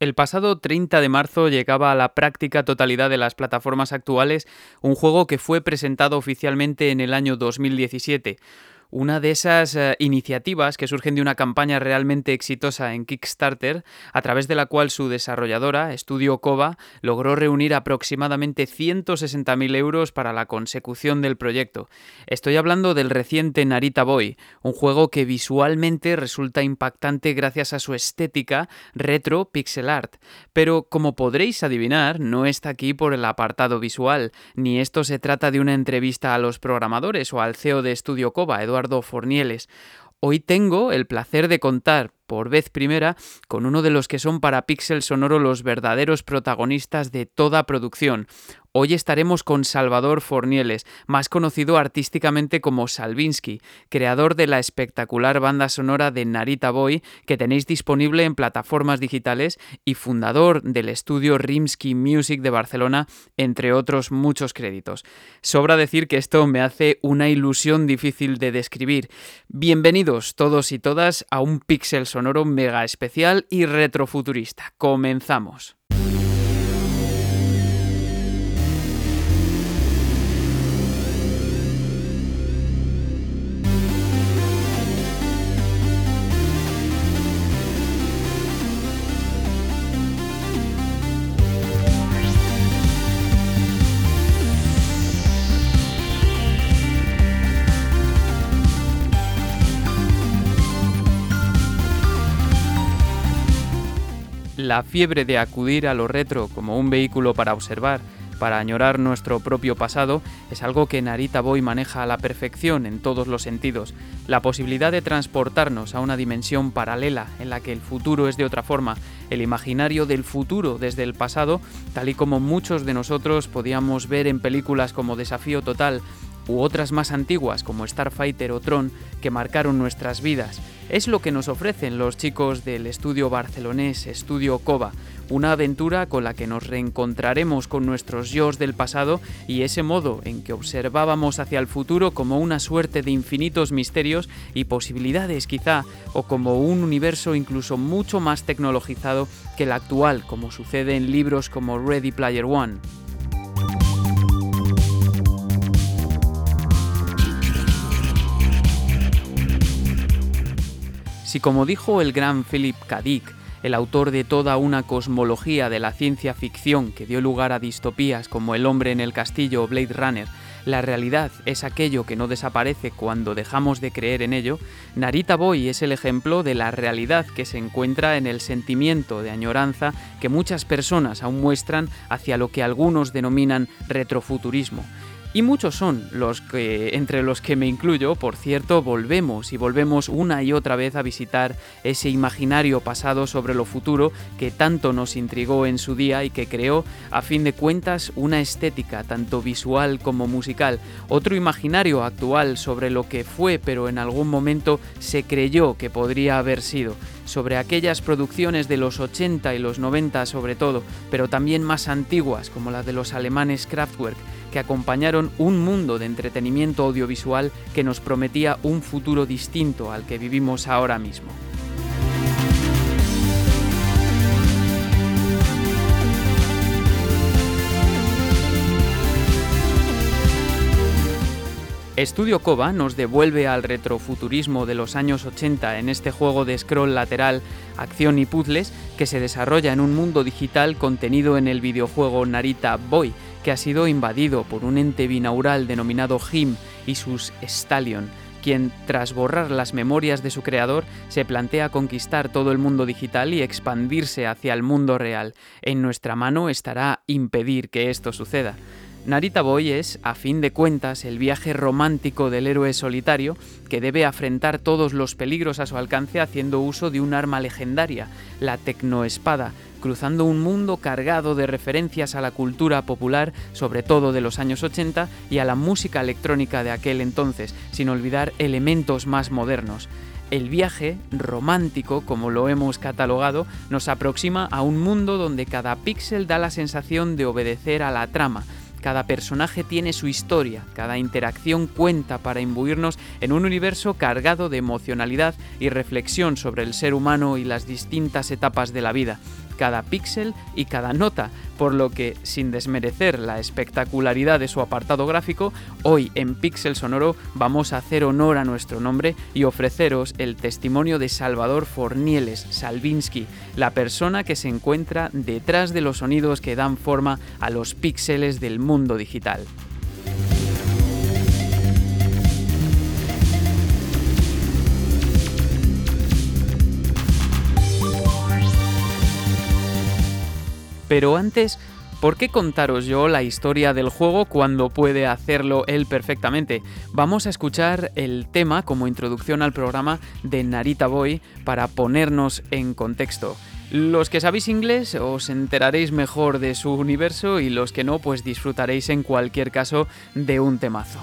El pasado 30 de marzo llegaba a la práctica totalidad de las plataformas actuales un juego que fue presentado oficialmente en el año 2017. Una de esas iniciativas que surgen de una campaña realmente exitosa en Kickstarter, a través de la cual su desarrolladora, Studio Koba, logró reunir aproximadamente 160.000 euros para la consecución del proyecto. Estoy hablando del reciente Narita Boy, un juego que visualmente resulta impactante gracias a su estética retro pixel art. Pero, como podréis adivinar, no está aquí por el apartado visual, ni esto se trata de una entrevista a los programadores o al CEO de Studio Koba, Eduardo Fornieles. Hoy tengo el placer de contar, por vez primera, con uno de los que son para Pixel Sonoro los verdaderos protagonistas de toda producción. Hoy estaremos con Salvador Fornieles, más conocido artísticamente como Salvinsky, creador de la espectacular banda sonora de Narita Boy, que tenéis disponible en plataformas digitales, y fundador del estudio Rimsky Music de Barcelona, entre otros muchos créditos. Sobra decir que esto me hace una ilusión difícil de describir. Bienvenidos todos y todas a un Pixel Sonoro mega especial y retrofuturista. Comenzamos. La fiebre de acudir a lo retro como un vehículo para observar, para añorar nuestro propio pasado, es algo que Narita Boy maneja a la perfección en todos los sentidos. La posibilidad de transportarnos a una dimensión paralela en la que el futuro es de otra forma, el imaginario del futuro desde el pasado, tal y como muchos de nosotros podíamos ver en películas como Desafío Total, u otras más antiguas como Starfighter o Tron, que marcaron nuestras vidas. Es lo que nos ofrecen los chicos del estudio barcelonés Studio Koba, una aventura con la que nos reencontraremos con nuestros yos del pasado y ese modo en que observábamos hacia el futuro como una suerte de infinitos misterios y posibilidades quizá, o como un universo incluso mucho más tecnologizado que el actual, como sucede en libros como Ready Player One. Si, como dijo el gran Philip K. Dick, el autor de toda una cosmología de la ciencia ficción que dio lugar a distopías como El hombre en el castillo o Blade Runner, la realidad es aquello que no desaparece cuando dejamos de creer en ello, Narita Boy es el ejemplo de la realidad que se encuentra en el sentimiento de añoranza que muchas personas aún muestran hacia lo que algunos denominan retrofuturismo. Y muchos son los que, entre los que me incluyo, por cierto, volvemos una y otra vez a visitar ese imaginario pasado sobre lo futuro que tanto nos intrigó en su día y que creó, a fin de cuentas, una estética tanto visual como musical, otro imaginario actual sobre lo que fue pero en algún momento se creyó que podría haber sido, sobre aquellas producciones de los 80 y los 90 sobre todo, pero también más antiguas como la de los alemanes Kraftwerk, que acompañaron un mundo de entretenimiento audiovisual que nos prometía un futuro distinto al que vivimos ahora mismo. Studio Koba nos devuelve al retrofuturismo de los años 80 en este juego de scroll lateral, acción y puzzles que se desarrolla en un mundo digital contenido en el videojuego Narita Boy, que ha sido invadido por un ente binaural denominado Him y sus Stallion, quien, tras borrar las memorias de su creador, se plantea conquistar todo el mundo digital y expandirse hacia el mundo real. En nuestra mano estará impedir que esto suceda. Narita Boy es, a fin de cuentas, el viaje romántico del héroe solitario que debe afrontar todos los peligros a su alcance haciendo uso de un arma legendaria, la tecnoespada, cruzando un mundo cargado de referencias a la cultura popular, sobre todo de los años 80, y a la música electrónica de aquel entonces, sin olvidar elementos más modernos. El viaje, romántico, como lo hemos catalogado, nos aproxima a un mundo donde cada píxel da la sensación de obedecer a la trama. Cada personaje tiene su historia, cada interacción cuenta para imbuirnos en un universo cargado de emocionalidad y reflexión sobre el ser humano y las distintas etapas de la vida. cada píxel y cada nota, por lo que, sin desmerecer la espectacularidad de su apartado gráfico, hoy en Píxel Sonoro vamos a hacer honor a nuestro nombre y ofreceros el testimonio de Salvador Fornieles Salvinsky, la persona que se encuentra detrás de los sonidos que dan forma a los píxeles del mundo digital. Pero antes, ¿por qué contaros yo la historia del juego cuando puede hacerlo él perfectamente? Vamos a escuchar el tema como introducción al programa de Narita Boy para ponernos en contexto. Los que sabéis inglés os enteraréis mejor de su universo y los que no, pues disfrutaréis en cualquier caso de un temazo.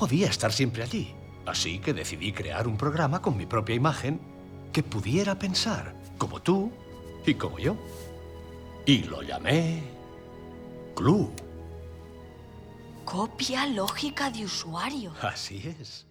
podía estar siempre allí. Así que decidí crear un programa con mi propia imagen que pudiera pensar, como tú y como yo. Y lo llamé Clue. Copia lógica de usuario. Así es.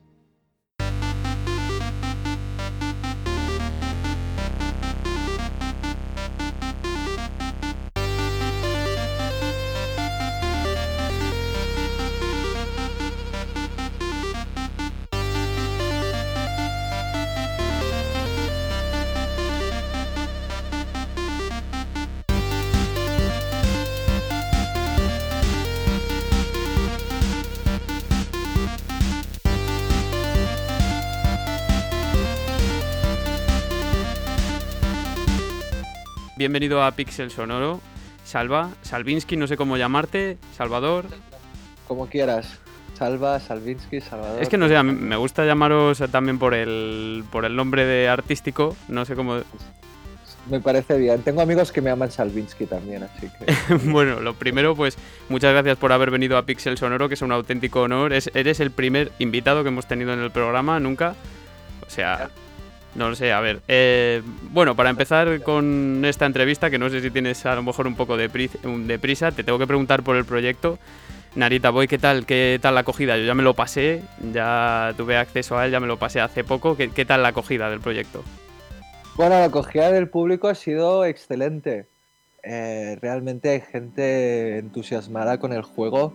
Bienvenido a Pixel Sonoro. Salva, Salvinsky, no sé cómo llamarte, Salvador. Como quieras. Salva, Salvinsky, Salvador. Es que no sé, a mí me gusta llamaros también por el nombre de artístico, no sé cómo... Me parece bien. Tengo amigos que me llaman Salvinsky también, así que... Bueno, lo primero, pues muchas gracias por haber venido a Pixel Sonoro, que es un auténtico honor. Eres el primer invitado que hemos tenido en el programa, nunca. O sea... No lo sé, a ver. Bueno, para empezar con esta entrevista, que no sé si tienes a lo mejor un poco de prisa, te tengo que preguntar por el proyecto. Narita Boy, ¿qué tal la acogida? Yo ya me lo pasé, ya tuve acceso a él, ya me lo pasé hace poco. ¿Qué tal la acogida del proyecto? Bueno, la acogida del público ha sido excelente. Realmente hay gente entusiasmada con el juego.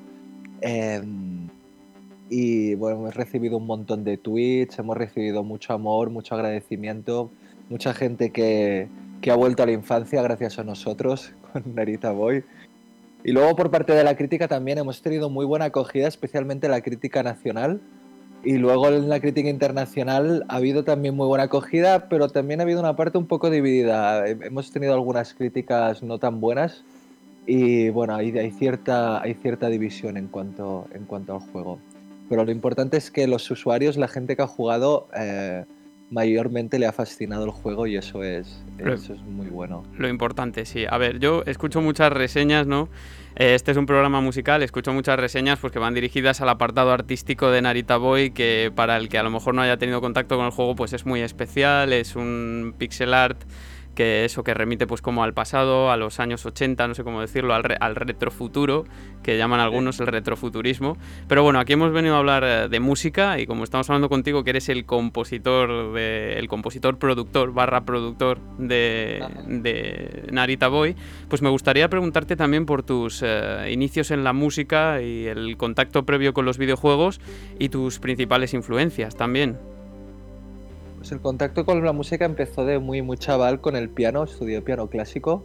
Y bueno, hemos recibido un montón de tweets, hemos recibido mucho amor, mucho agradecimiento, mucha gente que ha vuelto a la infancia gracias a nosotros con Narita Boy. Y luego por parte de la crítica también hemos tenido muy buena acogida, especialmente la crítica nacional. Y luego en la crítica internacional ha habido también muy buena acogida, pero también ha habido una parte un poco dividida. Hemos tenido algunas críticas no tan buenas y bueno, hay cierta división en cuanto al juego. Pero lo importante es que los usuarios, la gente que ha jugado, mayormente le ha fascinado el juego y eso es muy bueno. Lo importante, sí. A ver, yo escucho muchas reseñas, ¿no? Este es un programa musical, escucho muchas reseñas pues, que van dirigidas al apartado artístico de Narita Boy, que para el que a lo mejor no haya tenido contacto con el juego, pues es muy especial, es un pixel art que remite pues como al pasado, a los años 80, no sé cómo decirlo, al retrofuturo, que llaman algunos el retrofuturismo. Pero bueno, aquí hemos venido a hablar de música y como estamos hablando contigo que eres el compositor productor de Narita Boy, pues me gustaría preguntarte también por tus inicios en la música y el contacto previo con los videojuegos y tus principales influencias también. Pues el contacto con la música empezó de muy chaval con el piano, estudié piano clásico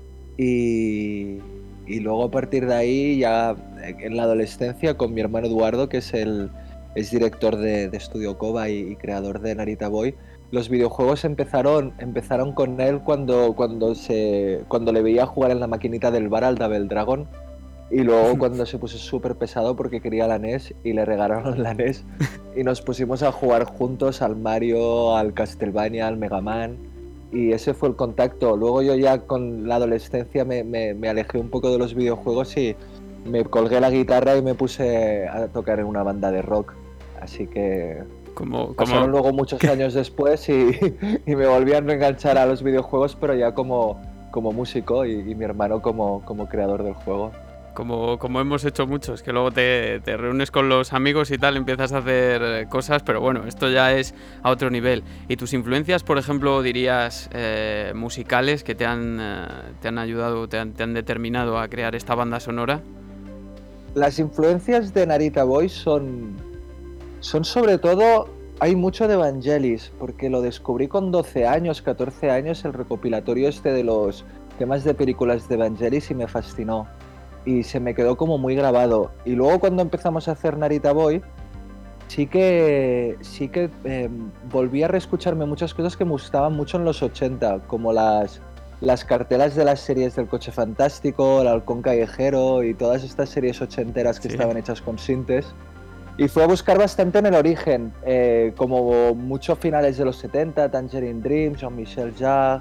y luego a partir de ahí ya en la adolescencia con mi hermano Eduardo, que es director de Estudio Koba y creador de Narita Boy. Los videojuegos empezaron con él cuando le veía jugar en la maquinita del bar al Double Dragon. Y luego cuando se puso súper pesado porque quería la NES y le regalaron la NES y nos pusimos a jugar juntos al Mario, al Castlevania, al Mega Man y ese fue el contacto. Luego yo ya con la adolescencia me alejé un poco de los videojuegos y me colgué la guitarra y me puse a tocar en una banda de rock. Así que pasaron luego muchos años después y me volví a reenganchar a los videojuegos, pero ya como músico y mi hermano como creador del juego. Como hemos hecho muchos, que luego te reúnes con los amigos y tal, empiezas a hacer cosas, pero bueno, esto ya es a otro nivel. ¿Y tus influencias, por ejemplo, dirías musicales que te han ayudado, te han determinado a crear esta banda sonora? Las influencias de Narita Boy son sobre todo, hay mucho de Vangelis, porque lo descubrí con 12 años, 14 años, el recopilatorio de los temas de películas de Vangelis y me fascinó. Y se me quedó como muy grabado. Y luego cuando empezamos a hacer Narita Boy, sí que volví a reescucharme muchas cosas que me gustaban mucho en los 80, como las cartelas de las series del Coche Fantástico, el Halcón Callejero y todas estas series ochenteras que estaban hechas con sintes. Y fue a buscar bastante en el origen, como muchos finales de los 70, Tangerine Dream, Jean-Michel Jarre,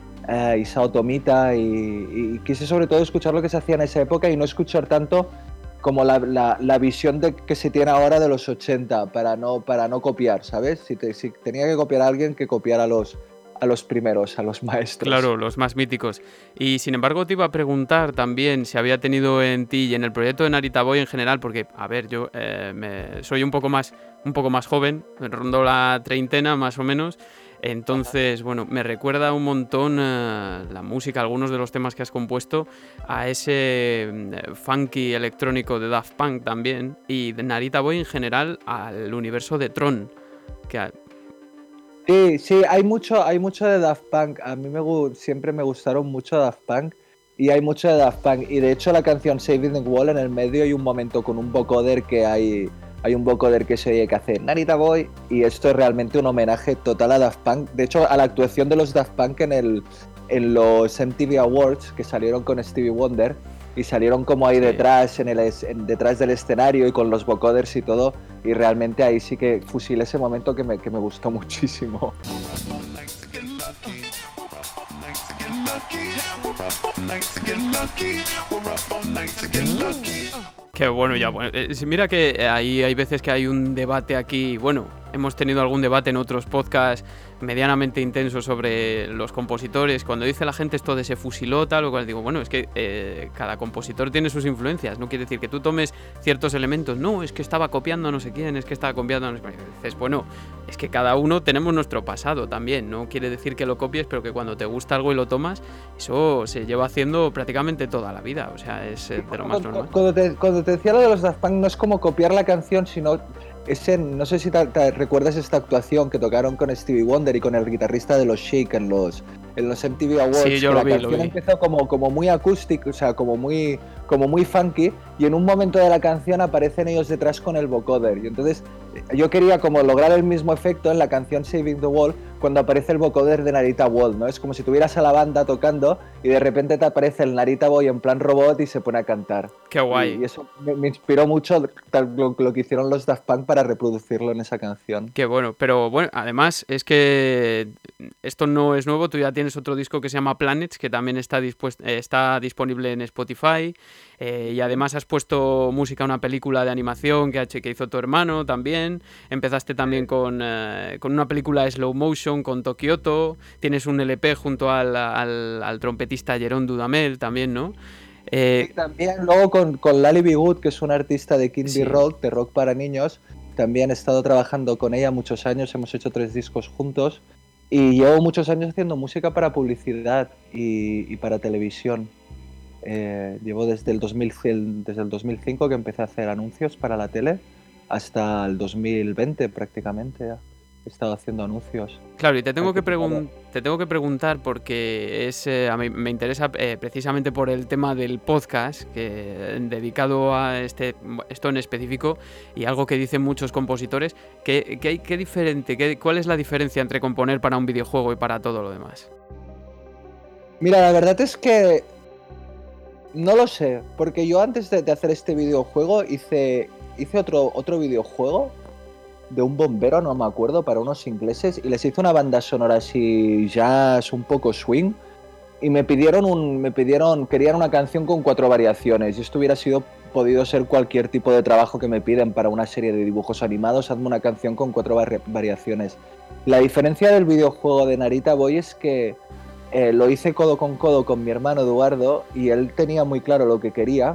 Isao Tomita y quise sobre todo escuchar lo que se hacía en esa época y no escuchar tanto como la visión que se tiene ahora de los 80 para no copiar, ¿sabes? Si tenía que copiar a alguien, que copiara a los primeros, a los maestros. Claro, los más míticos. Y sin embargo te iba a preguntar también si había tenido en ti y en el proyecto de Narita Boy en general, porque, a ver, yo soy un poco más joven, rondo la treintena más o menos, entonces, bueno, me recuerda un montón la música, algunos de los temas que has compuesto, a ese funky electrónico de Daft Punk también, y de Narita Boy en general al universo de Tron, que Sí, hay mucho de Daft Punk. A mí siempre me gustaron mucho Daft Punk y hay mucho de Daft Punk. Y de hecho la canción Saving the Wall, en el medio hay un momento con un vocoder hay un vocoder que se oye que hace Narita Boy, y esto es realmente un homenaje total a Daft Punk. De hecho, a la actuación de los Daft Punk en los MTV Awards, que salieron con Stevie Wonder y salieron como ahí Sí. detrás, detrás del escenario y con los vocoders y todo, y realmente ahí sí que fusilé ese momento que me gustó muchísimo. Qué bueno, ya, bueno. Mira que ahí hay veces que hay un debate aquí, bueno, hemos tenido algún debate en otros podcasts medianamente intensos sobre los compositores. Cuando dice la gente esto de se fusiló, tal o cual, digo, bueno, es que cada compositor tiene sus influencias. No quiere decir que tú tomes ciertos elementos. No, es que estaba copiando a no sé quién, es que estaba copiando a no sé quién. Dices, bueno, es que cada uno tenemos nuestro pasado también. No quiere decir que lo copies, pero que cuando te gusta algo y lo tomas, eso se lleva haciendo prácticamente toda la vida. O sea, es de lo más normal. Cuando te decía lo de los Daft Punk, no es como copiar la canción, sino no sé si te recuerdas esta actuación que tocaron con Stevie Wonder y con el guitarrista de los Chic en los MTV Awards. Sí, yo que lo la vi, canción empezó como muy acústica, o sea, como muy funky, y en un momento de la canción aparecen ellos detrás con el vocoder. Y entonces yo quería como lograr el mismo efecto en la canción Saving the Wall cuando aparece el vocoder de Narita Wall, ¿no? Es como si tuvieras a la banda tocando y de repente te aparece el Narita Boy en plan robot y se pone a cantar. Qué guay. Y eso me inspiró mucho lo que hicieron los Daft Punk para reproducirlo en esa canción. Qué bueno, pero bueno, además es que esto no es nuevo, tú ya tienes otro disco que se llama Planets, que también está disponible en Spotify, y además has puesto música a una película de animación que hizo tu hermano también, empezaste también con una película slow motion con Tokioto, tienes un LP junto al trompetista Jerón Dudamel también, ¿no? Y también luego con Lali B. Good, que es una artista de indie Sí. rock, de rock para niños. También he estado trabajando con ella muchos años, hemos hecho 3 discos juntos y llevo muchos años haciendo música para publicidad y para televisión. Llevo desde el 2005 que empecé a hacer anuncios para la tele hasta el 2020 prácticamente ya. He estado haciendo anuncios. Claro, y te tengo que preguntar porque a mí me interesa precisamente por el tema del podcast, dedicado a esto en específico, y algo que dicen muchos compositores, ¿cuál es la diferencia entre componer para un videojuego y para todo lo demás? Mira, la verdad es que no lo sé, porque yo antes de hacer este videojuego hice otro videojuego de un bombero, no me acuerdo, para unos ingleses, y les hice una banda sonora así jazz, un poco swing, y querían una canción con 4 variaciones, y esto hubiera podido ser cualquier tipo de trabajo que me piden para una serie de dibujos animados, hazme una canción con 4 variaciones. La diferencia del videojuego de Narita Boy es que lo hice codo con mi hermano Eduardo, y él tenía muy claro lo que quería,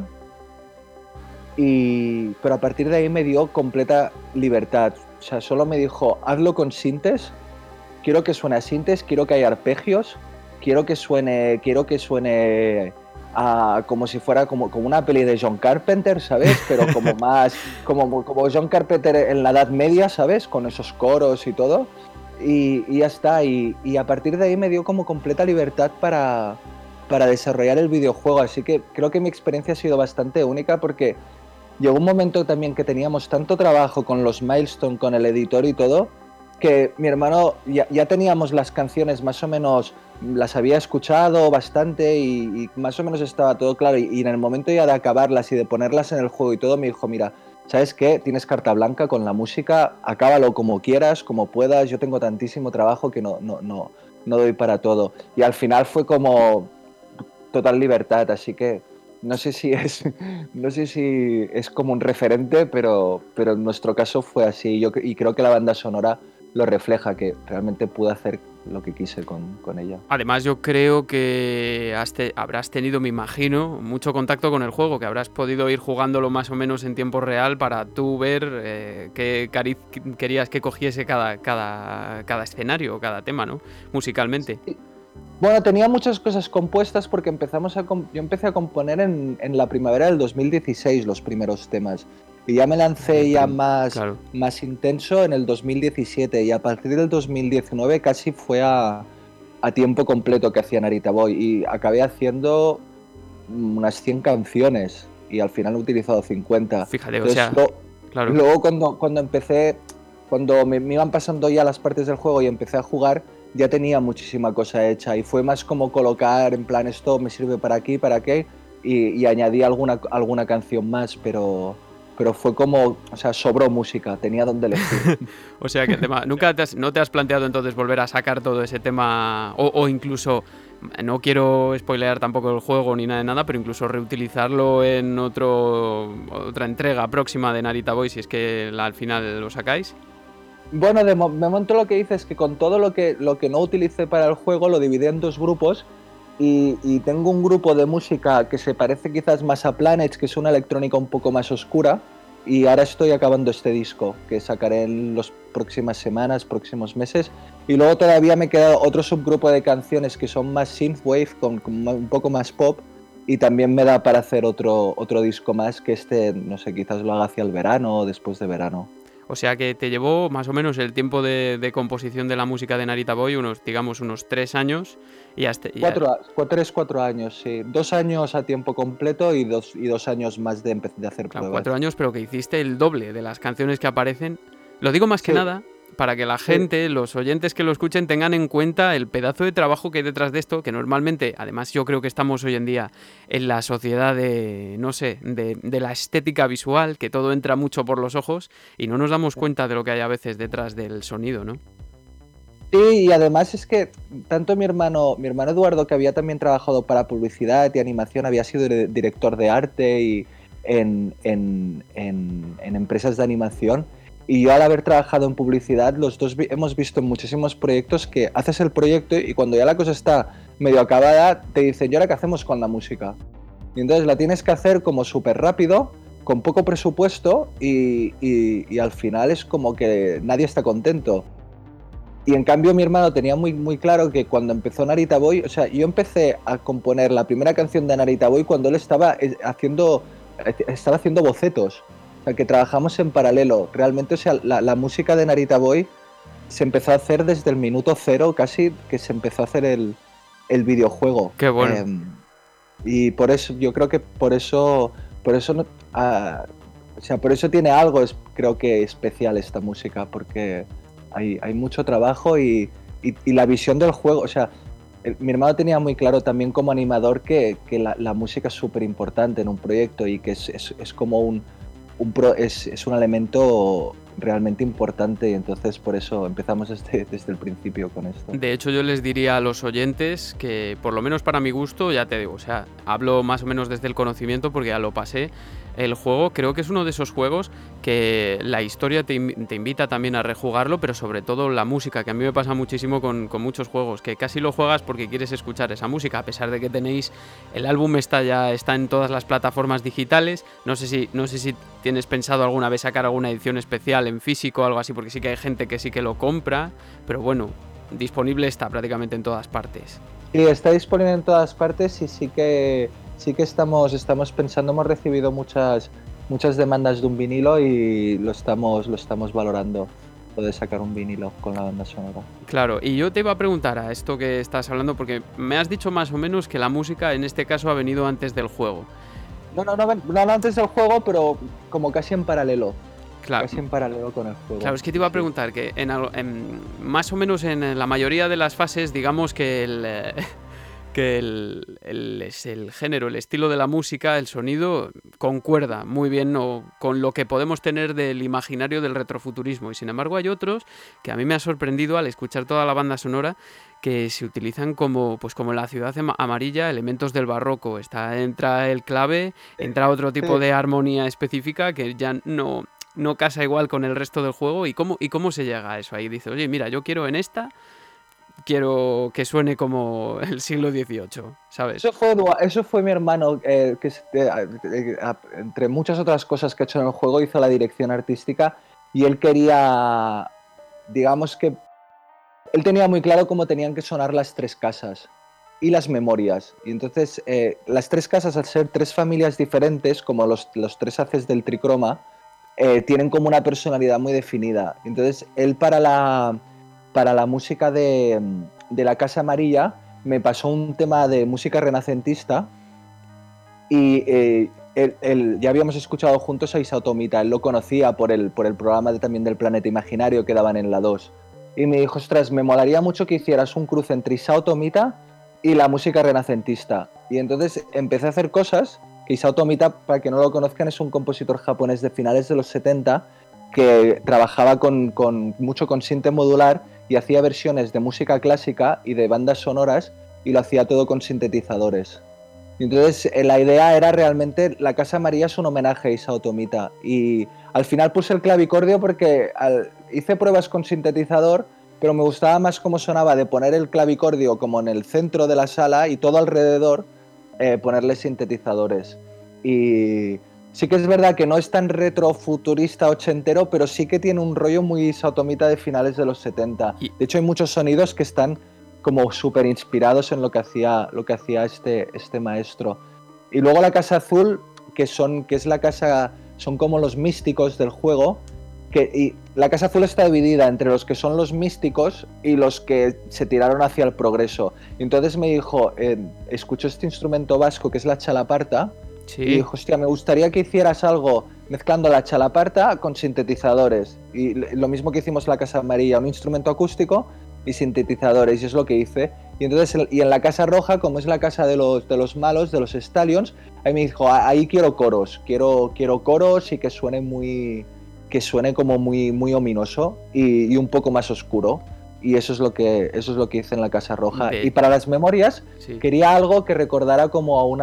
pero a partir de ahí me dio completa libertad. O sea, solo me dijo, hazlo con sintes, quiero que suene a sintes, quiero que haya arpegios, quiero que suene como si fuera como una peli de John Carpenter, ¿sabes? Pero como más, como John Carpenter en la Edad Media, ¿sabes? Con esos coros y todo. Y ya está. Y a partir de ahí me dio como completa libertad para desarrollar el videojuego. Así que creo que mi experiencia ha sido bastante única porque llegó un momento también que teníamos tanto trabajo con los milestone, con el editor y todo, que mi hermano ya teníamos las canciones más o menos, las había escuchado bastante y más o menos estaba todo claro. Y en el momento ya de acabarlas y de ponerlas en el juego y todo, me dijo, mira, ¿sabes qué? Tienes carta blanca con la música, acábalo como quieras, como puedas, yo tengo tantísimo trabajo que no doy para todo. Y al final fue como total libertad, así que no sé si es, no sé si es como un referente, pero en nuestro caso fue así. Y creo que la banda sonora lo refleja, que realmente pude hacer lo que quise con ella. Además, yo creo que habrás tenido, me imagino, mucho contacto con el juego, que habrás podido ir jugándolo más o menos en tiempo real para tú ver qué cariz querías que cogiese cada escenario, cada tema, ¿no? Musicalmente. Sí. Bueno, tenía muchas cosas compuestas porque yo empecé a componer en la primavera del 2016 los primeros temas. Y ya me lancé Claro. más intenso en el 2017 y a partir del 2019 casi fue a tiempo completo que hacía Narita Boy y acabé haciendo unas 100 canciones y al final he utilizado 50. Fíjate, Entonces, o sea, claro. luego cuando empecé, cuando me iban pasando ya las partes del juego y empecé a jugar, ya tenía muchísima cosa hecha y fue más como colocar en plan esto me sirve para aquí, para qué y añadí alguna canción más, pero fue como, o sea, sobró música, tenía donde elegir. O sea que el tema, no te has planteado entonces volver a sacar todo ese tema o incluso, no quiero spoilear tampoco el juego ni nada de nada, pero incluso reutilizarlo en otra entrega próxima de Narita Boy si es que al final lo sacáis. Bueno, de momento lo que hice es que con todo lo que no utilicé para el juego lo dividí en dos grupos y tengo un grupo de música que se parece quizás más a Planets, que es una electrónica un poco más oscura y ahora estoy acabando este disco que sacaré en las próximas semanas, próximos meses y luego todavía me queda otro subgrupo de canciones que son más synthwave, con un poco más pop y también me da para hacer otro disco más que no sé, quizás lo haga hacia el verano o después de verano. O sea que te llevó más o menos el tiempo de composición de la música de Narita Boy, digamos unos 3 años. Y hasta, 4 años, sí. 2 años a tiempo completo y dos años más de hacer claro, pruebas. 4 años, pero que hiciste el doble de las canciones que aparecen. Lo digo más que Sí. nada para que la gente, los oyentes que lo escuchen, tengan en cuenta el pedazo de trabajo que hay detrás de esto, que normalmente, además yo creo que estamos hoy en día en la sociedad de, no sé, de la estética visual, que todo entra mucho por los ojos y no nos damos cuenta de lo que hay a veces detrás del sonido, ¿no? Sí, y además es que tanto mi hermano Eduardo, que había también trabajado para publicidad y animación, había sido director de arte y en empresas de animación, y yo al haber trabajado en publicidad, los dos hemos visto en muchísimos proyectos que haces el proyecto y cuando ya la cosa está medio acabada, te dicen, ¿y ahora qué hacemos con la música? Y entonces la tienes que hacer como súper rápido, con poco presupuesto y al final es como que nadie está contento. Y en cambio mi hermano tenía muy, muy claro que cuando empezó Narita Boy, o sea, yo empecé a componer la primera canción de Narita Boy cuando él estaba haciendo bocetos. O sea, que trabajamos en paralelo. Realmente, o sea, la música de Narita Boy se empezó a hacer desde el minuto cero, casi que se empezó a hacer el videojuego. Qué bueno. Y por eso, yo creo que por eso no, o sea, por eso tiene algo, creo que especial esta música, porque hay mucho trabajo y la visión del juego, o sea, mi hermano tenía muy claro también como animador que la música es súper importante en un proyecto y que es como es un elemento realmente importante y entonces por eso empezamos desde el principio con esto. De hecho, yo les diría a los oyentes que, por lo menos para mi gusto, ya te digo, o sea, hablo más o menos desde el conocimiento porque ya lo pasé. El juego creo que es uno de esos juegos que la historia te invita también a rejugarlo, pero sobre todo la música, que a mí me pasa muchísimo con muchos juegos, que casi lo juegas porque quieres escuchar esa música, a pesar de que tenéis el álbum está en todas las plataformas digitales. No sé si tienes pensado alguna vez sacar alguna edición especial en físico o algo así, porque sí que hay gente que sí que lo compra, pero bueno, disponible está prácticamente en todas partes. Sí, está disponible en todas partes y sí que estamos pensando, hemos recibido muchas demandas de un vinilo y lo estamos valorando, lo de sacar un vinilo con la banda sonora. Claro, y yo te iba a preguntar a esto que estás hablando, porque me has dicho más o menos que la música en este caso ha venido antes del juego. No antes del juego, pero como casi en paralelo. Claro. Casi en paralelo con el juego. Claro, es que te iba a preguntar que más o menos en la mayoría de las fases, digamos que que el género, el estilo de la música, el sonido, concuerda muy bien con lo que podemos tener del imaginario del retrofuturismo. Y sin embargo hay otros que a mí me ha sorprendido al escuchar toda la banda sonora, que se utilizan como en la ciudad amarilla, elementos del barroco. Entra el clave, entra otro tipo de armonía específica que ya no casa igual con el resto del juego. ¿Y cómo se llega a eso? Ahí dice, oye, mira, yo quiero que suene como el siglo XVIII, ¿sabes? Eso fue mi hermano, entre muchas otras cosas que ha hecho en el juego, hizo la dirección artística y él quería, digamos que, él tenía muy claro cómo tenían que sonar las tres casas y las memorias. Y entonces, las tres casas, al ser tres familias diferentes, como los tres haces del tricroma, tienen como una personalidad muy definida. Entonces, él para la música de la Casa Amarilla me pasó un tema de música renacentista y ya habíamos escuchado juntos a Isao Tomita. Él lo conocía por el programa también del Planeta Imaginario que daban en la 2. Y me dijo, ostras, me molaría mucho que hicieras un cruce entre Isao Tomita y la música renacentista. Y entonces empecé a hacer cosas que Isao Tomita, para que no lo conozcan, es un compositor japonés de finales de los 70 que trabajaba mucho con sinte modular y hacía versiones de música clásica y de bandas sonoras y lo hacía todo con sintetizadores. Y entonces la idea era realmente, la Casa Amarilla es un homenaje a Isao Tomita y al final puse el clavicordio porque hice pruebas con sintetizador, pero me gustaba más cómo sonaba de poner el clavicordio como en el centro de la sala y todo alrededor ponerle sintetizadores. Y sí que es verdad que no es tan retrofuturista ochentero, pero sí que tiene un rollo muy Isao Tomita de finales de los 70. De hecho, hay muchos sonidos que están como súper inspirados en lo que hacía este maestro. Y luego la Casa Azul, son como los místicos del juego, y la Casa Azul está dividida entre los que son los místicos y los que se tiraron hacia el progreso. Y entonces me dijo, escuchó este instrumento vasco que es la chalaparta, sí. Y dijo, hostia, me gustaría que hicieras algo mezclando la chalaparta con sintetizadores. Y lo mismo que hicimos en la Casa Amarilla, un instrumento acústico y sintetizadores, y es lo que hice. Y entonces, y en la Casa Roja, como es la casa de los malos, de los Stallions, ahí me dijo, ahí quiero coros, quiero coros y que suene como muy, muy ominoso y un poco más oscuro. Y eso es lo que hice en la Casa Roja. Y para las memorias, sí, quería algo que recordara como a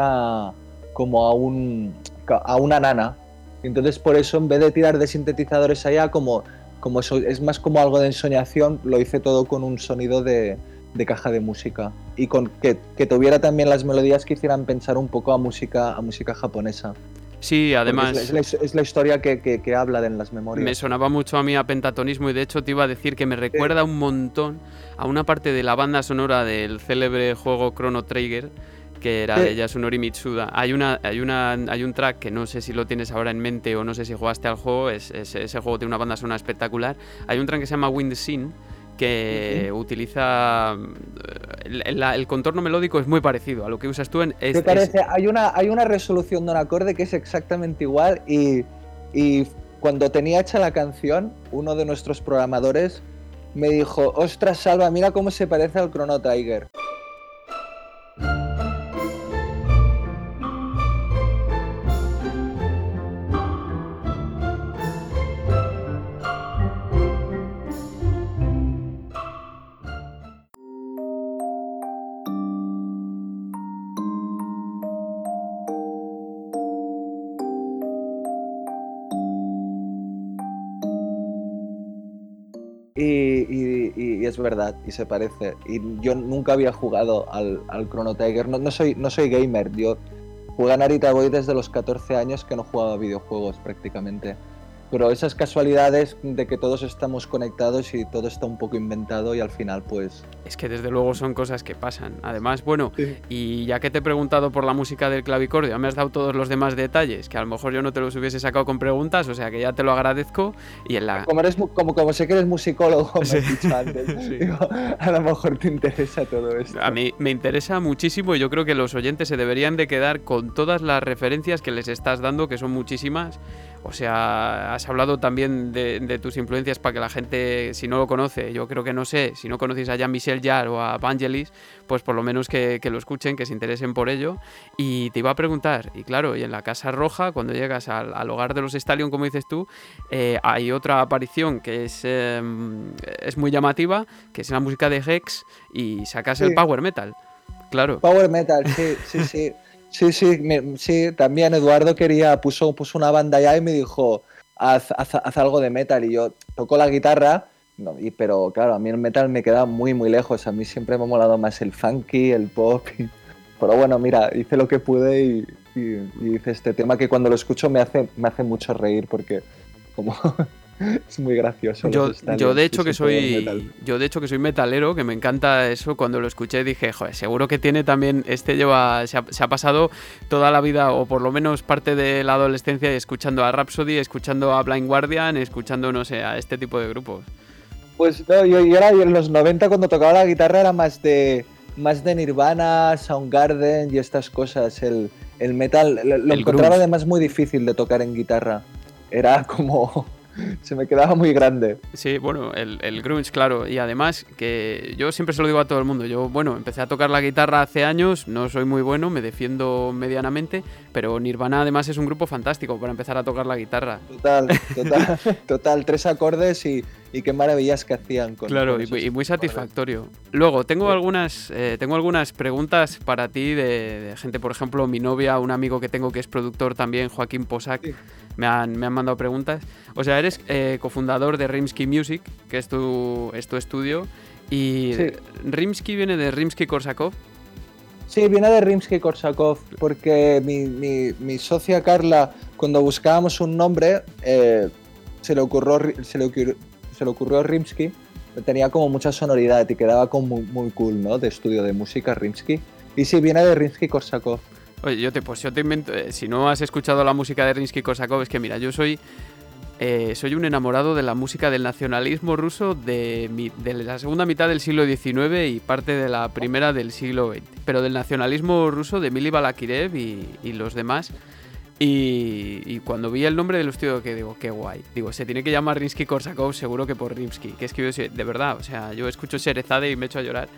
una nana. Entonces, por eso, en vez de tirar de sintetizadores allá, como eso, es más como algo de ensoñación, lo hice todo con un sonido de caja de música. Y con que tuviera también las melodías que hicieran pensar un poco a música japonesa. Sí, además... Es la historia que habla en las memorias. Me sonaba mucho a mí a pentatonismo y de hecho te iba a decir que me recuerda un montón a una parte de la banda sonora del célebre juego Chrono Trigger, que era de Yasunori Mitsuda. Hay un track que no sé si lo tienes ahora en mente o no sé si jugaste al juego, ese juego tiene una banda sonora espectacular. Hay un track que se llama Wind Scene, que utiliza el contorno melódico es muy parecido a lo que usas tú me parece, hay una resolución de un acorde que es exactamente igual y cuando tenía hecha la canción, uno de nuestros programadores me dijo, ostras, Salva, mira cómo se parece al Chrono Trigger. Y es verdad, y se parece. Y yo nunca había jugado al Chrono Trigger. No soy gamer. Yo jugué a Narita Boy desde los 14 años que no jugaba a videojuegos prácticamente. Pero esas casualidades de que todos estamos conectados y todo está un poco inventado y al final pues... Es que desde luego son cosas que pasan. Además, bueno, sí. Y ya que te he preguntado por la música del clavicordio, me has dado todos los demás detalles, que a lo mejor yo no te los hubiese sacado con preguntas, o sea que ya te lo agradezco. Y en la... Como sé que eres musicólogo, me sí. has dicho antes, sí. Digo, a lo mejor te interesa todo esto. A mí me interesa muchísimo y yo creo que los oyentes se deberían de quedar con todas las referencias que les estás dando, que son muchísimas. O sea, has hablado también de tus influencias para que la gente, si no lo conoce, yo creo que no sé, si no conocéis a Jean-Michel Jarre o a Vangelis, pues por lo menos que lo escuchen, que se interesen por ello. Y te iba a preguntar, y claro, y en la Casa Roja, cuando llegas al hogar de los Stallion, como dices tú, hay otra aparición que es muy llamativa, que es la música de Hex, y sacas el power metal. Claro. Power metal, sí, sí, sí. Sí, también Eduardo puso una banda ya y me dijo, haz algo de metal, y yo toco la guitarra, pero claro, a mí el metal me queda muy muy lejos, a mí siempre me ha molado más el funky, el pop, pero bueno, mira, hice lo que pude y hice este tema que cuando lo escucho me hace mucho reír porque como es muy gracioso. Yo de hecho que soy metalero, que me encanta eso. Cuando lo escuché dije, joder, seguro que tiene también, se ha pasado toda la vida, o por lo menos parte de la adolescencia, escuchando a Rhapsody, escuchando a Blind Guardian, escuchando, no sé, a este tipo de grupos. Pues no, yo era en los 90 cuando tocaba la guitarra era más de Nirvana, Soundgarden y estas cosas. El metal lo encontraba además muy difícil de tocar en guitarra. Era como... se me quedaba muy grande. Sí, bueno, el grunge, claro. Y además, que yo siempre se lo digo a todo el mundo. Yo, bueno, empecé a tocar la guitarra hace años, no soy muy bueno, me defiendo medianamente, pero Nirvana además es un grupo fantástico para empezar a tocar la guitarra. Total, 3 acordes y qué maravillas que hacían. Claro, y muy satisfactorio. Luego, tengo algunas preguntas para ti de gente, por ejemplo, mi novia, un amigo que tengo que es productor también, Joaquín Posac. Sí. Me han mandado preguntas. O sea, eres cofundador de Rimsky Music, que es tu estudio. Y sí. ¿Rimsky viene de Rimsky-Korsakov? Sí, viene de Rimsky-Korsakov, porque mi socia Carla, cuando buscábamos un nombre, se le ocurrió Rimsky, tenía como mucha sonoridad y quedaba como muy cool, ¿no? De estudio de música, Rimsky. Y sí, viene de Rimsky-Korsakov. Oye, yo te invento, si no has escuchado la música de Rimsky-Korsakov, es que mira, yo soy un enamorado de la música del nacionalismo ruso de la segunda mitad del siglo XIX y parte de la primera del siglo XX, pero del nacionalismo ruso de Mili Balakirev y los demás. Y cuando vi el nombre del estudio, que digo, qué guay. Digo, se tiene que llamar Rimsky-Korsakov seguro que por Rimsky, que es que yo, de verdad, o sea, yo escucho Sherezade y me echo a llorar.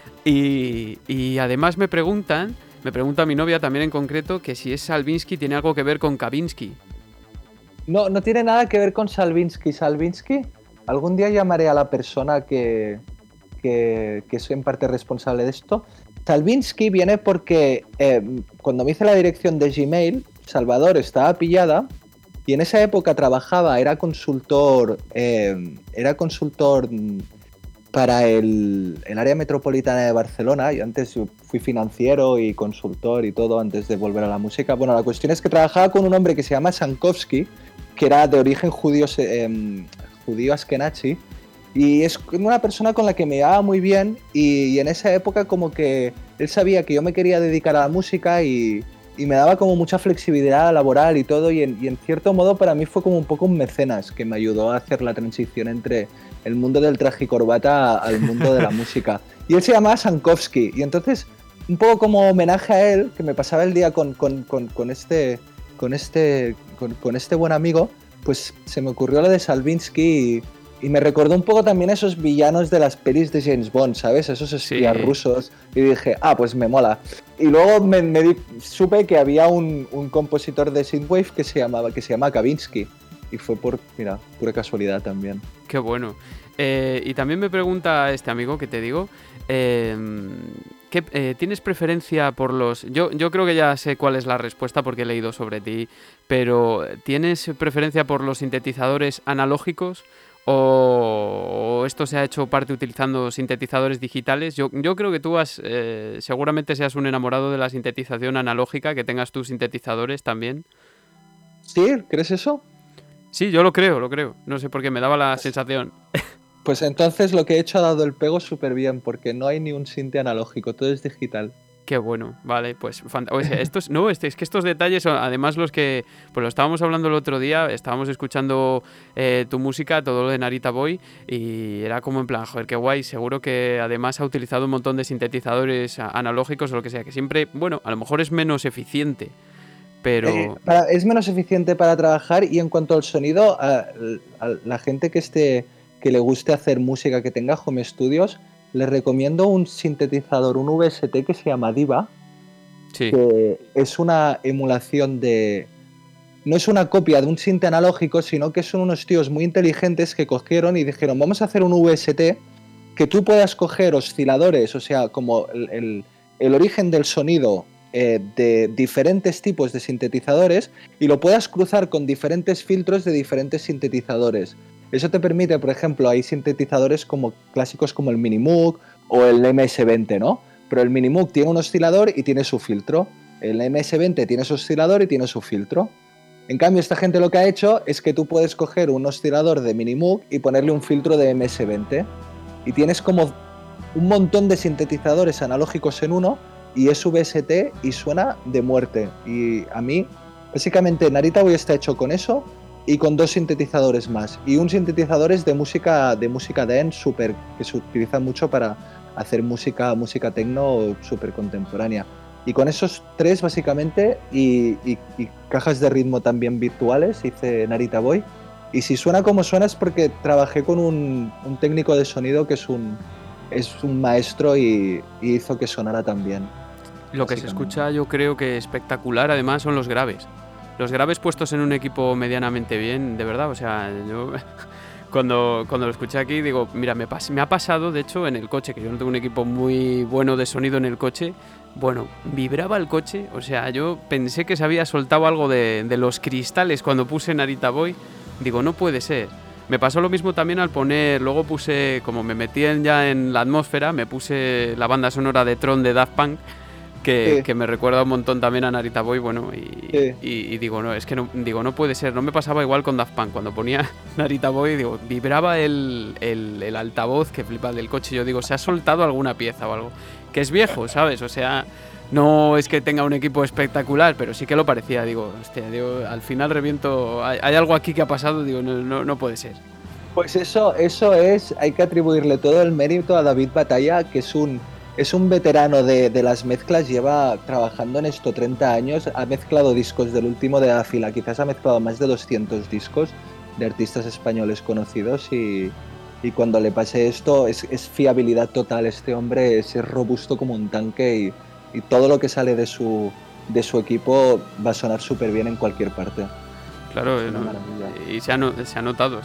Y además me pregunta mi novia también en concreto que si es Salvinsky tiene algo que ver con Kavinsky. No tiene nada que ver con Salvinsky. Algún día llamaré a la persona que es en parte responsable de esto. Salvinsky viene porque cuando me hice la dirección de Gmail, Salvador estaba pillada y en esa época era consultor para el área metropolitana de Barcelona. Yo antes fui financiero y consultor y todo antes de volver a la música. Bueno, la cuestión es que trabajaba con un hombre que se llama Sankovsky, que era de origen judío askenazi, y es una persona con la que me llevaba muy bien y en esa época como que él sabía que yo me quería dedicar a la música y me daba como mucha flexibilidad laboral y todo, y en cierto modo para mí fue como un poco un mecenas que me ayudó a hacer la transición entre el mundo del traje y corbata al mundo de la música. Y él se llamaba Sankovsky, y entonces un poco como homenaje a él, que me pasaba el día con este buen amigo, pues se me ocurrió lo de Salvinsky y me recordó un poco también a esos villanos de las pelis de James Bond, ¿sabes? Esos espías rusos. Y dije, pues me mola. Y luego supe que había un compositor de synthwave que se llama Kavinsky. Y fue por, mira, pura casualidad también. Qué bueno. Y también me pregunta este amigo que te digo, ¿tienes preferencia por los...? Yo creo que ya sé cuál es la respuesta porque he leído sobre ti, pero ¿tienes preferencia por los sintetizadores analógicos o esto se ha hecho parte utilizando sintetizadores digitales? Yo creo que tú seguramente seas un enamorado de la sintetización analógica, que tengas tus sintetizadores también. ¿Sí? ¿Crees eso? Sí, yo lo creo. No sé por qué, me daba la sensación. Pues entonces lo que he hecho ha dado el pego súper bien, porque no hay ni un sinte analógico, todo es digital. Qué bueno, vale, pues es que estos detalles son además los que, pues lo estábamos hablando el otro día, estábamos escuchando tu música, todo lo de Narita Boy, y era como en plan, joder, qué guay, seguro que además ha utilizado un montón de sintetizadores analógicos o lo que sea, que siempre, bueno, a lo mejor es menos eficiente, pero... Es menos eficiente para trabajar, y en cuanto al sonido, a la gente que le guste hacer música, que tenga home studios, les recomiendo un sintetizador, un VST que se llama Diva, Sí, que es una emulación no es una copia de un synth analógico, sino que son unos tíos muy inteligentes que cogieron y dijeron, vamos a hacer un VST que tú puedas coger osciladores, o sea, como el origen del sonido de diferentes tipos de sintetizadores, y lo puedas cruzar con diferentes filtros de diferentes sintetizadores. Eso te permite, por ejemplo, hay sintetizadores clásicos como el Minimoog o el MS-20, ¿no? Pero el Minimoog tiene un oscilador y tiene su filtro. El MS-20 tiene su oscilador y tiene su filtro. En cambio, esta gente lo que ha hecho es que tú puedes coger un oscilador de Minimoog y ponerle un filtro de MS-20. Y tienes como un montón de sintetizadores analógicos en uno, y es VST y suena de muerte. Y a mí, básicamente, Narita Boy está hecho con eso y con 2 sintetizadores más. Y un sintetizador es de música dance super, que se utiliza mucho para hacer música techno super contemporánea. Y con esos 3 básicamente, y cajas de ritmo también virtuales, hice Narita Boy. Y si suena como suena es porque trabajé con un técnico de sonido que es un maestro, y hizo que sonara tan bien. lo que se escucha yo creo que espectacular además son los graves. Los graves puestos en un equipo medianamente bien, de verdad, o sea, yo cuando lo escuché aquí digo, mira, me ha pasado, de hecho, en el coche, que yo no tengo un equipo muy bueno de sonido en el coche, bueno, vibraba el coche, o sea, yo pensé que se había soltado algo de los cristales cuando puse Narita Boy, digo, no puede ser. Me pasó lo mismo también al poner, luego puse, como me metí ya en la atmósfera, me puse la banda sonora de Tron de Daft Punk, que me recuerda un montón también a Narita Boy, bueno, y digo, no, es que no puede ser, no me pasaba igual con Daft Punk, cuando ponía Narita Boy, digo, vibraba el altavoz que flipa del coche, yo digo, se ha soltado alguna pieza o algo, que es viejo, ¿sabes? O sea, no es que tenga un equipo espectacular, pero sí que lo parecía, digo, hostia, digo, al final reviento, hay algo aquí que ha pasado, digo, no puede ser. Pues eso es, hay que atribuirle todo el mérito a David Batalla, que es un veterano de las mezclas, lleva trabajando en esto 30 años, ha mezclado discos del último de la fila, quizás ha mezclado más de 200 discos de artistas españoles conocidos, y cuando le pase esto es fiabilidad total. Este hombre es robusto como un tanque, y todo lo que sale de su equipo va a sonar súper bien en cualquier parte. Claro, y se ha notado.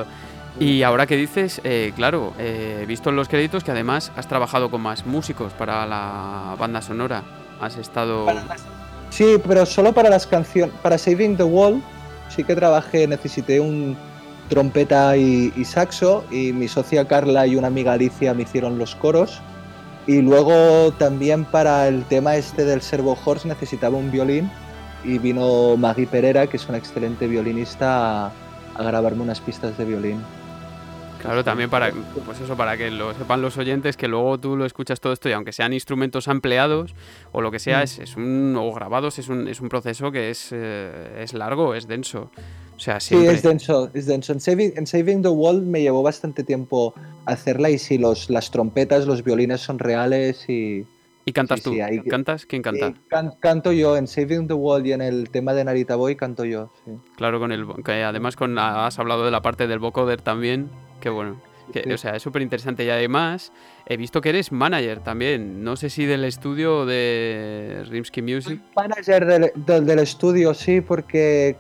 Y ahora que dices, claro, he visto en los créditos que además has trabajado con más músicos para la banda sonora. Has estado... Sí, pero solo para las canciones. Para Saving the World sí que trabajé, necesité un trompeta y saxo, y mi socia Carla y una amiga Alicia me hicieron los coros. Y luego también para el tema este del Servo Horse necesitaba un violín, y vino Maggie Pereira, que es una excelente violinista, a grabarme unas pistas de violín. Claro, también para que lo sepan los oyentes, que luego tú lo escuchas todo esto y aunque sean instrumentos ampliados o lo que sea, o grabados, es un proceso que es largo, es denso. O sea, siempre... Sí, es denso. En Saving the World me llevó bastante tiempo hacerla, y sí, las trompetas, los violines son reales, y... ¿Y cantas tú? Sí, ¿Cantas? ¿Quién canta? Canto yo en Saving the World, y en el tema de Narita Boy canto yo, sí. Claro, que además has hablado de la parte del vocoder también, que bueno, Sí. o sea, es súper interesante. Y además he visto que eres manager también, no sé si del estudio de Rimsky Music. Manager del estudio, sí, porque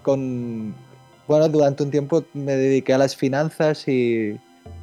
durante un tiempo me dediqué a las finanzas, y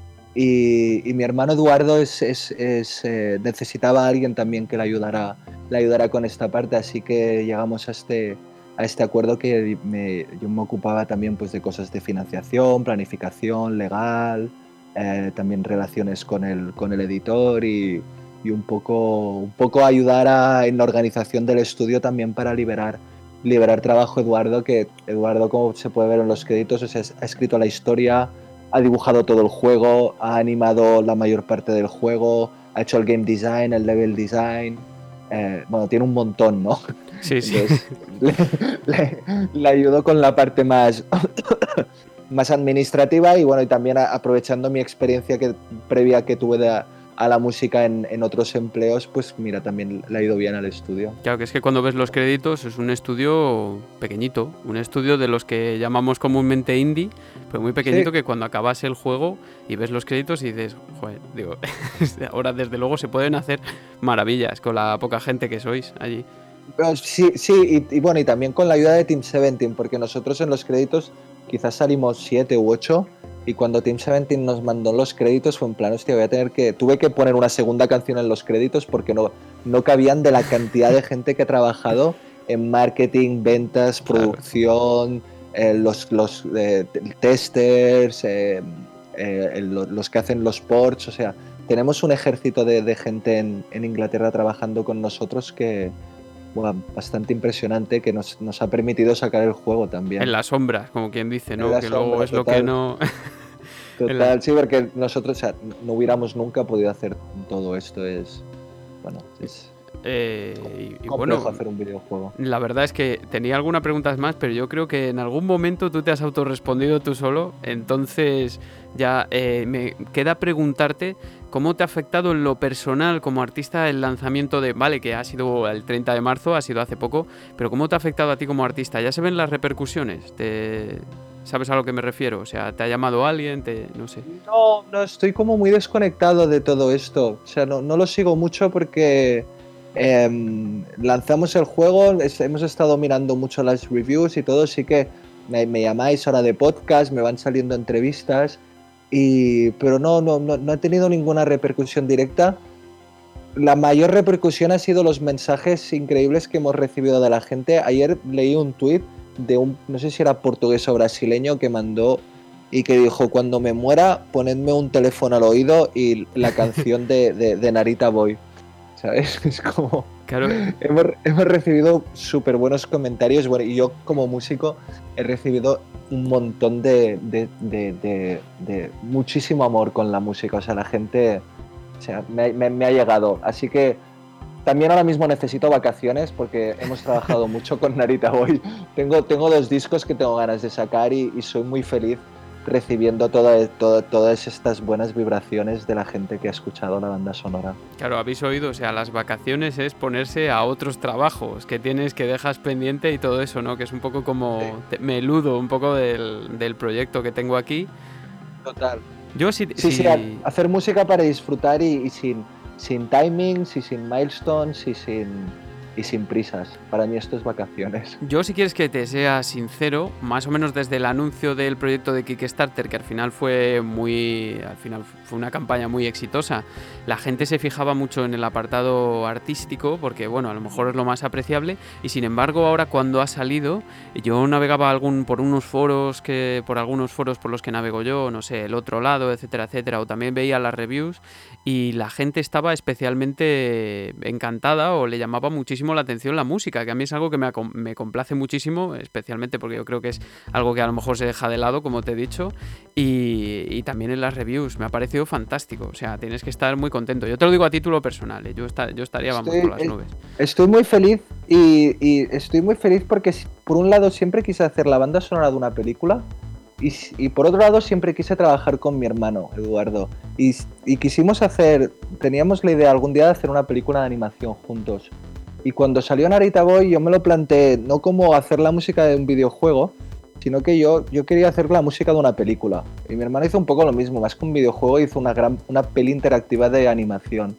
mi hermano Eduardo necesitaba a alguien también que le ayudara con esta parte, así que llegamos a este acuerdo, que yo me ocupaba también pues de cosas de financiación, planificación, legal, también relaciones con el editor, y un poco ayudar en la organización del estudio también para liberar trabajo. Eduardo, como se puede ver en los créditos, o sea, ha escrito la historia, ha dibujado todo el juego, ha animado la mayor parte del juego, ha hecho el game design, el level design, tiene un montón, ¿no? Sí. Entonces, le ayudo con la parte más administrativa, y bueno, y también aprovechando mi experiencia previa que tuve a la música en otros empleos, pues mira, también le ha ido bien al estudio. Claro, que es que cuando ves los créditos es un estudio pequeño, un estudio de los que llamamos comúnmente indie, pero muy pequeñito, sí. Que cuando acabas el juego y ves los créditos y dices, joder, digo, ahora desde luego se pueden hacer maravillas con la poca gente que sois allí. Sí, y bueno, y también con la ayuda de Team 17, porque nosotros en los créditos quizás salimos 7 u 8, y cuando Team 17 nos mandó los créditos fue en plan, hostia, tuve que poner una segunda canción en los créditos porque no cabían de la cantidad de gente que ha trabajado en marketing, ventas, producción, los testers, los que hacen los ports, o sea, tenemos un ejército de gente en Inglaterra trabajando con nosotros que... Bueno, bastante impresionante, que nos ha permitido sacar el juego también. En las sombras, como quien dice, ¿no? Que luego es total, lo que no... Total, sí, porque nosotros, o sea, no hubiéramos nunca podido hacer todo esto. Es complejo bueno, hacer un videojuego. La verdad es que tenía algunas preguntas más, pero yo creo que en algún momento tú te has autorrespondido tú solo, entonces ya me queda preguntarte cómo te ha afectado en lo personal como artista el lanzamiento de... Vale, que ha sido el 30 de marzo, ha sido hace poco, pero ¿cómo te ha afectado a ti como artista? ¿Ya se ven las repercusiones? ¿Sabes a lo que me refiero? O sea, ¿te ha llamado alguien? No sé. No, estoy como muy desconectado de todo esto. O sea, no lo sigo mucho porque lanzamos el juego, hemos estado mirando mucho las reviews y todo, sí que me llamáis ahora de podcast, me van saliendo entrevistas, pero no he tenido ninguna repercusión directa. La mayor repercusión ha sido los mensajes increíbles que hemos recibido de la gente. Ayer leí un tuit de no sé si era portugués o brasileño, que mandó y que dijo: cuando me muera, ponedme un teléfono al oído y la canción de Narita Boy, ¿sabes? Es como... Claro. Hemos recibido súper buenos comentarios, bueno, y yo como músico he recibido un montón de muchísimo amor con la música, o sea, la gente, o sea, me ha llegado, así que también ahora mismo necesito vacaciones porque hemos trabajado mucho con Narita Boy. Tengo 2 discos que tengo ganas de sacar y soy muy feliz recibiendo todas estas buenas vibraciones de la gente que ha escuchado la banda sonora. Claro, habéis oído, o sea, las vacaciones es ponerse a otros trabajos que dejas pendiente y todo eso, ¿no? Que es un poco como... Sí. Me eludo un poco del proyecto que tengo aquí. Total. Yo sí, hacer música para disfrutar y sin timings y sin milestones y sin prisas. Para mí esto es vacaciones. Yo, si quieres que te sea sincero, más o menos desde el anuncio del proyecto de Kickstarter, que al final fue una campaña muy exitosa, la gente se fijaba mucho en el apartado artístico porque, bueno, a lo mejor es lo más apreciable, y sin embargo ahora cuando ha salido, yo navegaba por algunos foros por los que navego yo, no sé, El Otro Lado, etcétera, etcétera, o también veía las reviews y la gente estaba especialmente encantada o le llamaba muchísimo la atención la música, que a mí es algo que me complace muchísimo, especialmente porque yo creo que es algo que a lo mejor se deja de lado, como te he dicho, y también en las reviews me ha parecido fantástico, o sea, tienes que estar muy contento. Yo te lo digo a título personal, yo estaría, vamos, por las nubes. Estoy muy feliz y estoy muy feliz porque por un lado siempre quise hacer la banda sonora de una película y por otro lado siempre quise trabajar con mi hermano, Eduardo, y teníamos la idea algún día de hacer una película de animación juntos. Y cuando salió Narita Boy yo me lo planteé no como hacer la música de un videojuego, sino que yo quería hacer la música de una película. Y mi hermano hizo un poco lo mismo, más que un videojuego, hizo una peli interactiva de animación.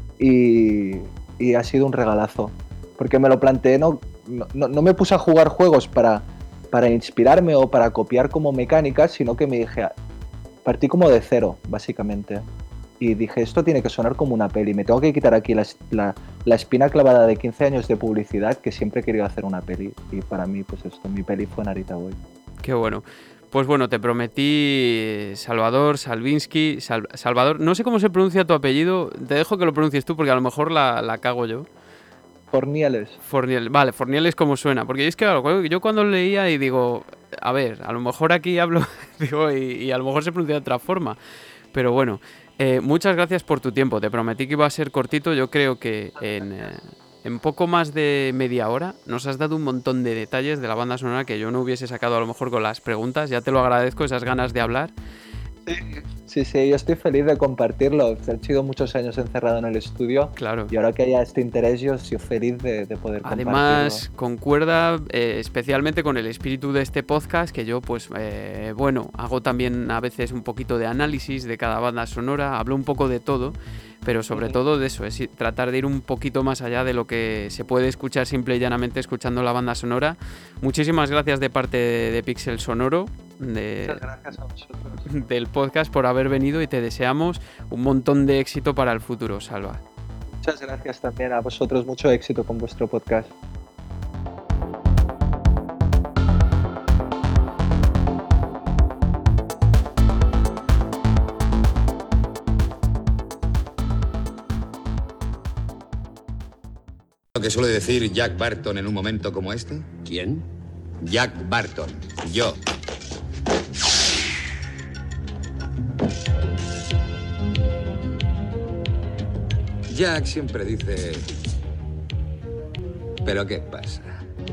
Y ha sido un regalazo. Porque me lo planteé, no me puse a jugar juegos para inspirarme o para copiar como mecánicas, sino que me dije, partí como de cero, básicamente. Y dije, esto tiene que sonar como una peli. Me tengo que quitar aquí la espina clavada de 15 años de publicidad, que siempre he querido hacer una peli. Y para mí, pues mi peli fue Narita Boy. Qué bueno. Pues bueno, te prometí Salvador, Salvador, no sé cómo se pronuncia tu apellido, te dejo que lo pronuncies tú porque a lo mejor la cago yo. Fornieles. Vale, Fornieles como suena, porque es que claro, yo cuando leía y digo, a ver, a lo mejor aquí hablo digo, y a lo mejor se pronuncia de otra forma, pero bueno, muchas gracias por tu tiempo, te prometí que iba a ser cortito, yo creo que en poco más de media hora nos has dado un montón de detalles de la banda sonora que yo no hubiese sacado a lo mejor con las preguntas, ya te lo agradezco, esas ganas de hablar. Sí, yo estoy feliz de compartirlo. Han sido muchos años encerrado en el estudio. Claro. Y ahora que haya este interés, yo estoy feliz de poder compartirlo. Además, concuerda especialmente con el espíritu de este podcast, que yo, pues, hago también a veces un poquito de análisis de cada banda sonora, hablo un poco de todo, pero sobre todo de eso, es tratar de ir un poquito más allá de lo que se puede escuchar simple y llanamente escuchando la banda sonora. Muchísimas gracias de parte de Pixel Sonoro, Muchas gracias a vosotros. del podcast, por haber venido, y te deseamos un montón de éxito para el futuro, Salva. Muchas gracias también a vosotros, mucho éxito con vuestro podcast. Lo que suele decir Jack Barton en un momento como este. ¿Quién? Jack Barton, yo. Jack siempre dice... ¿Pero qué pasa?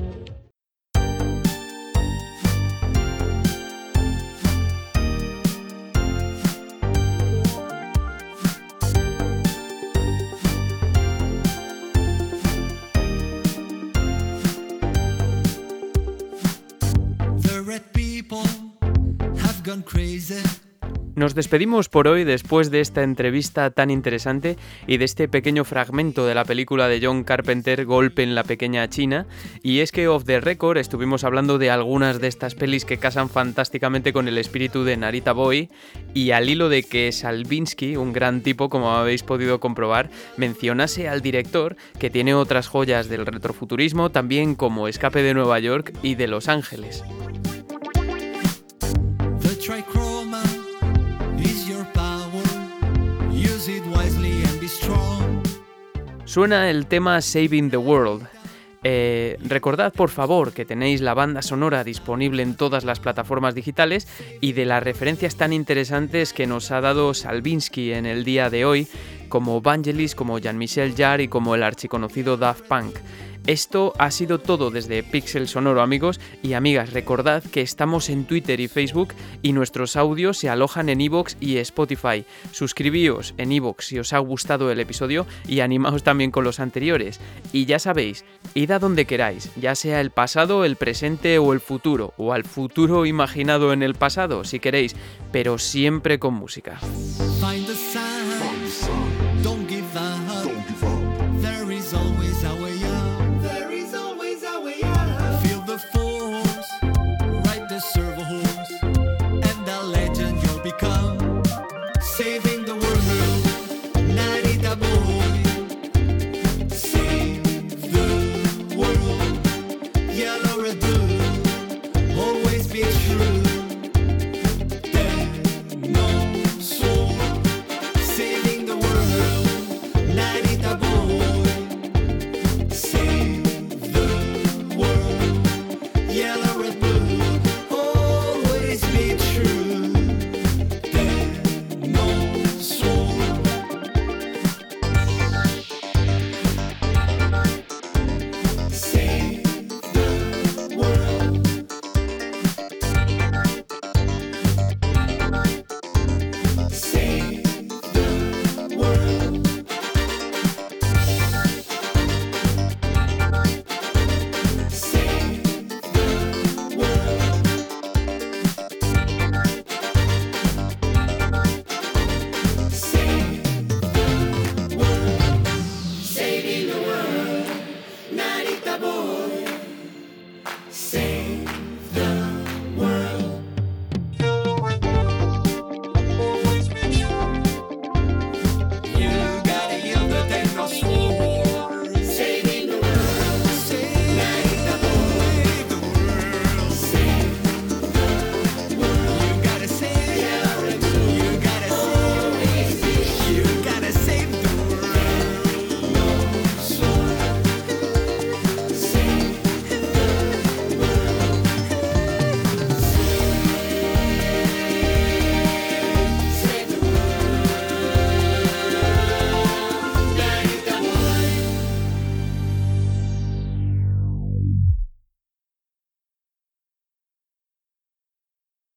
Nos despedimos por hoy después de esta entrevista tan interesante y de este pequeño fragmento de la película de John Carpenter, Golpe en la Pequeña China. Y es que off the record estuvimos hablando de algunas de estas pelis que casan fantásticamente con el espíritu de Narita Boy, y al hilo de que Salvinsky, un gran tipo como habéis podido comprobar, mencionase al director, que tiene otras joyas del retrofuturismo también, como Escape de Nueva York y de Los Ángeles. Suena el tema Saving the World. Recordad por favor que tenéis la banda sonora disponible en todas las plataformas digitales, y de las referencias tan interesantes que nos ha dado Salvinsky en el día de hoy, como Vangelis, como Jean-Michel Jarre y como el archiconocido Daft Punk. Esto ha sido todo desde Pixel Sonoro, amigos y amigas. Recordad que estamos en Twitter y Facebook, y nuestros audios se alojan en iVoox y Spotify. Suscribíos en iVoox si os ha gustado el episodio, y animaos también con los anteriores. Y ya sabéis, id a donde queráis, ya sea el pasado, el presente o el futuro, o al futuro imaginado en el pasado si queréis, pero siempre con música.